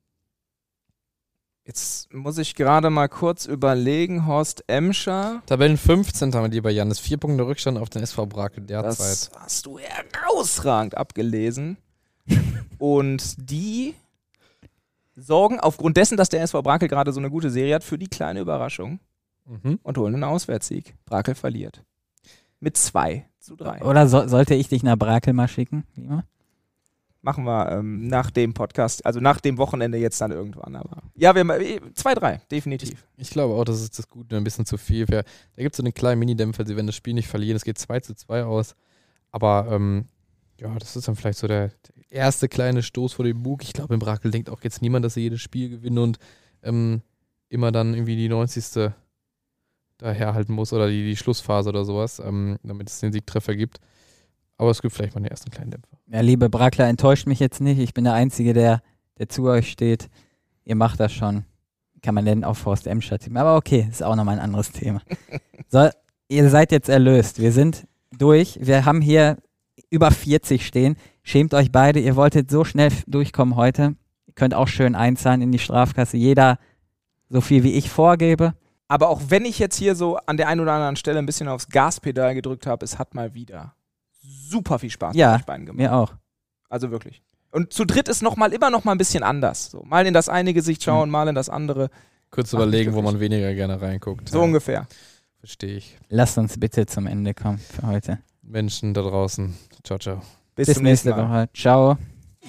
Jetzt muss ich gerade mal kurz überlegen. Horst Emscher.
Tabellen 15. haben wir lieber Jannis. 4 Punkte Rückstand auf den SV Brakel derzeit.
Das hast du herausragend abgelesen. Und die sorgen aufgrund dessen, dass der SV Brakel gerade so eine gute Serie hat, für die kleine Überraschung und holen einen Auswärtssieg. Brakel verliert. Mit 2:3.
Oder sollte ich dich nach Brakel mal schicken? Lieber?
Machen wir nach dem Podcast, also nach dem Wochenende jetzt dann irgendwann. Aber ja, 2:3, definitiv.
Ich glaube auch, dass es das Gute ein bisschen zu viel wäre. Da gibt es so einen kleinen Minidämpfer, sie werden das Spiel nicht verlieren. Es geht 2:2 aus. Aber ja, das ist dann vielleicht so der erste kleine Stoß vor dem Bug. Ich glaube, im Brakel denkt auch jetzt niemand, dass er jedes Spiel gewinnt und immer dann irgendwie die 90. daherhalten muss oder die Schlussphase oder sowas, damit es den Siegtreffer gibt. Aber es gibt vielleicht mal den ersten kleinen Dämpfer.
Ja, liebe Brackler, enttäuscht mich jetzt nicht. Ich bin der Einzige, der zu euch steht. Ihr macht das schon. Kann man denn auf Horst Emscher tippen. Aber okay, ist auch nochmal ein anderes Thema. So, ihr seid jetzt erlöst. Wir sind durch. Wir haben hier über 40 stehen. Schämt euch beide. Ihr wolltet so schnell durchkommen heute. Ihr könnt auch schön einzahlen in die Strafkasse. Jeder so viel, wie ich vorgebe.
Aber auch wenn ich jetzt hier so an der einen oder anderen Stelle ein bisschen aufs Gaspedal gedrückt habe, es hat mal wieder super viel Spaß mit euch beiden gemacht.
Mir auch.
Also wirklich. Und zu dritt ist immer noch mal ein bisschen anders. So, mal in das eine Gesicht schauen, mal in das andere.
Kurz überlegen, wo man weniger gerne reinguckt.
So ungefähr.
Verstehe ich.
Lasst uns bitte zum Ende kommen für heute.
Menschen da draußen. Ciao, ciao.
Bis zum nächsten Mal. Ciao.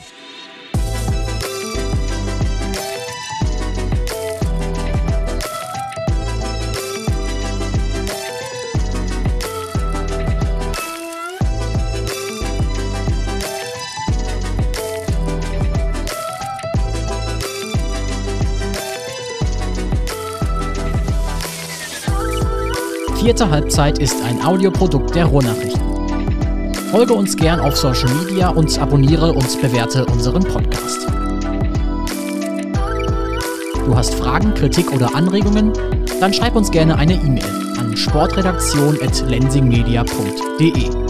Vierte Halbzeit ist ein Audioprodukt der Ruhrnachrichten. Folge uns gern auf Social Media und abonniere und bewerte unseren Podcast. Du hast Fragen, Kritik oder Anregungen? Dann schreib uns gerne eine E-Mail an sportredaktion@lensingmedia.de.